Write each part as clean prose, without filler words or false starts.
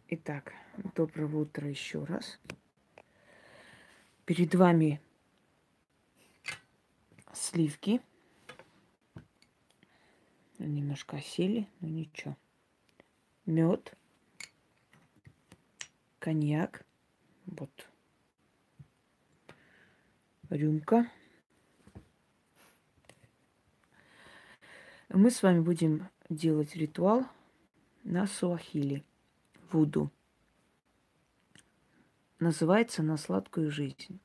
Итак, доброго утра еще раз. Перед вами сливки. Немножко осели, но ничего. Мед, коньяк, вот рюмка. Мы с вами будем делать ритуал на суахили, вуду. Называется «На сладкую жизнь».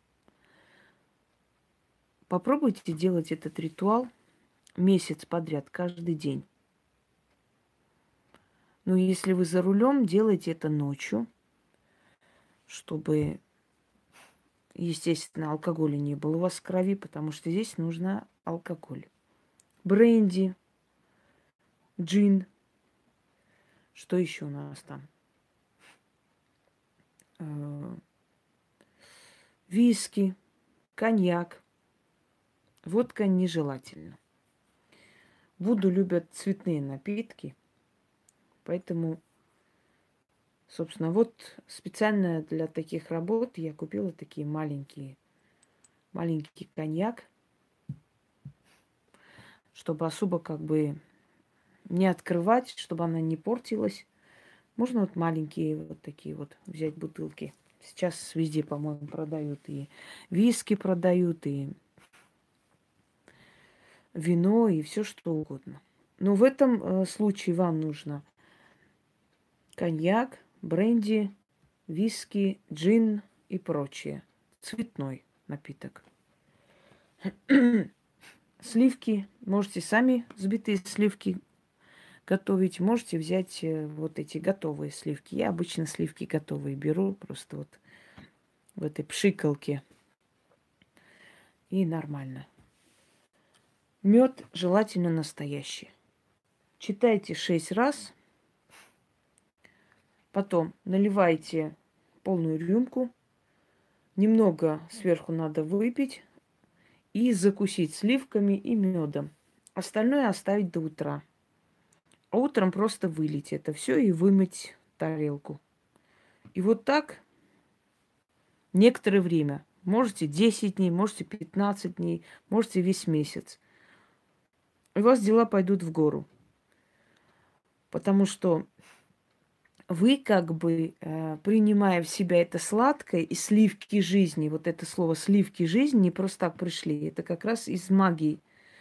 Попробуйте делать этот ритуал месяц подряд, каждый день. Но если вы за рулем, делайте это ночью, чтобы, естественно, алкоголя не было у вас в крови, потому что здесь нужно алкоголь. Бренди, джин. Что еще у нас там? Виски, коньяк. Водка нежелательно. Вуду любят цветные напитки, поэтому, собственно, вот специально для таких работ я купила такие маленький коньяк, чтобы особо как бы не открывать, чтобы она не портилась. Можно вот маленькие вот такие вот взять бутылки. Сейчас везде, по-моему, продают и виски продают, и вино, и все что угодно. Но в этом случае вам нужно коньяк, бренди, виски, джин и прочее. Цветной напиток. Сливки. Можете сами взбитые сливки готовить. Можете взять вот эти готовые сливки. Я обычно сливки готовые беру. Просто вот в этой пшикалке. И нормально. Мед желательно настоящий. Читайте 6 раз. Потом наливайте полную рюмку. Немного сверху надо выпить. И закусить сливками и медом. Остальное оставить до утра. А утром просто вылить это все и вымыть тарелку. И вот так некоторое время. Можете 10 дней, можете 15 дней, можете весь месяц. И у вас дела пойдут в гору. Потому что вы как бы, принимая в себя это сладкое и сливки жизни, вот это слово сливки жизни не просто так пришли. Это как раз из магии.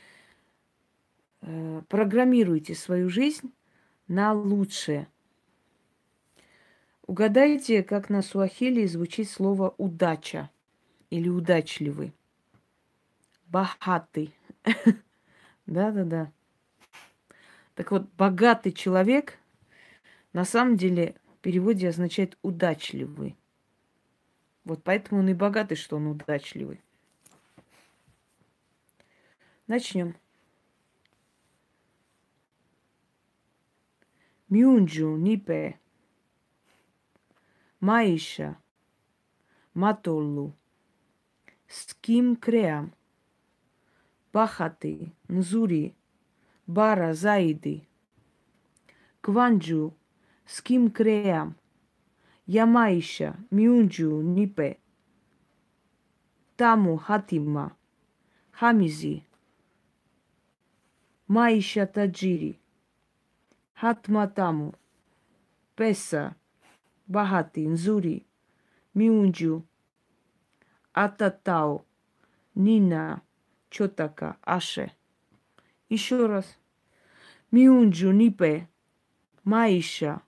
Программируйте свою жизнь на лучшее. Угадайте, как на суахили звучит слово удача или удачливый. Бахатый. Да-да-да. Так вот, богатый человек на самом деле в переводе означает удачливый. Вот поэтому он и богатый, что он удачливый. Начнем. Мюнджу нипе. Маиша. Матоллу. Ским креам. Бахаты. Нзури. Бара заиды. Кванджу. Ским креам. Ямаиша. Мюнджу нипе. Таму хатима. Хамизи. Маиша таджири. Хатматаму. Песа. Бахати. Нзури. Мюнджу. Ататау. Нина. Чотака. Аше. Еще раз. Мюнджу нипе. Маиша.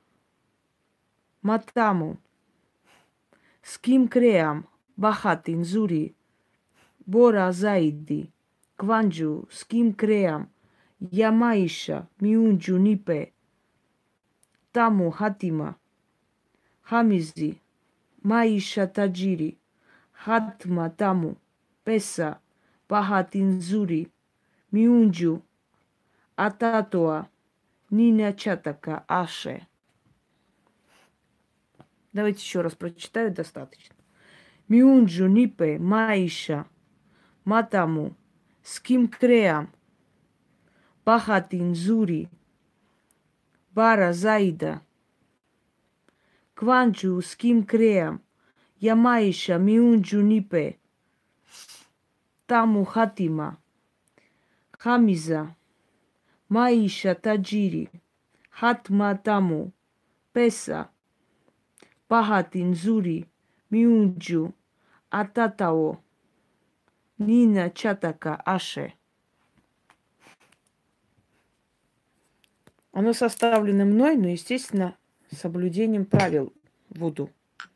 Матаму. Ским креам. Бахати. Нзури. Бора заиди. Кванджу. Ским креам. Ямаиша. Мюнджу нипе. Таму хатима. Хамизи. Маиша таджири. Хатма таму. Песа. Бахати нзури. Мюнджу. Ататуа. Нина чатака. Аше. Давайте еще раз прочитаю, достаточно. Мюнджу нипе. Маиша. Матаму. Ским креам. Бахати нзури. Бара заида. Кванджу ским креам, Ямаиша миунджу нипе, Таму хатима, Хамиза, Маиша таджири, Хатма таму, Песа, Пахатин зури, Миунджу, Ататао, Нина чатака аше. Оно составлено мной, но, естественно, с соблюдением правил вуду.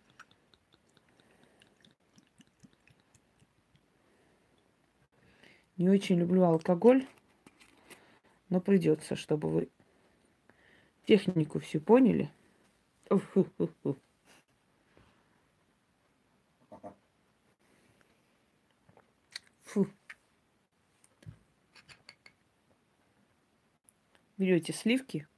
Не очень люблю алкоголь, но придется, чтобы вы технику всю поняли. Ух-ху-ху-ху. Фу. Берете сливки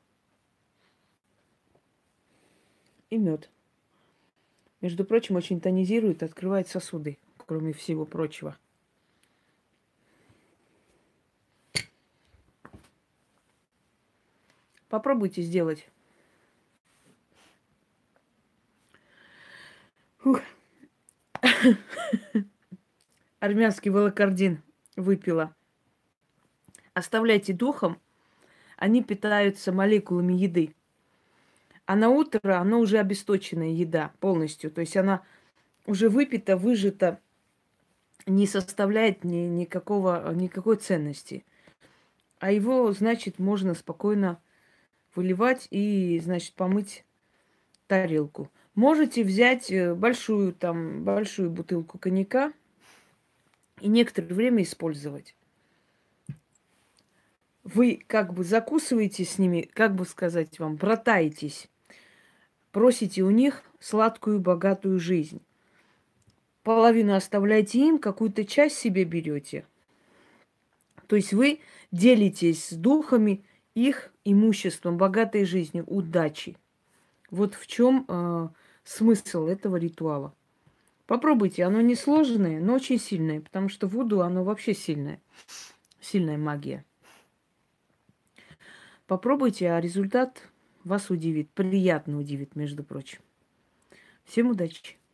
и мед. Между прочим, очень тонизирует, открывает сосуды, кроме всего прочего. Попробуйте сделать. Фух. Армянский волокордин выпила. Оставляйте духом, они питаются молекулами еды. А на утро она уже обесточенная еда полностью. То есть она уже выпита, выжата, не составляет никакой ценности. А его, значит, можно спокойно выливать и, значит, помыть тарелку. Можете взять большую бутылку коньяка и некоторое время использовать. Вы как бы закусываете с ними, как бы сказать вам, братаетесь. Просите у них сладкую, богатую жизнь. Половину оставляйте им, какую-то часть себе берете. То есть вы делитесь с духами их имуществом, богатой жизнью, удачей. Вот в чем смысл этого ритуала. Попробуйте, оно не сложное, но очень сильное, потому что вуду, оно вообще сильное. Сильная магия. Попробуйте, а результат вас удивит. Приятно удивит, между прочим. Всем удачи!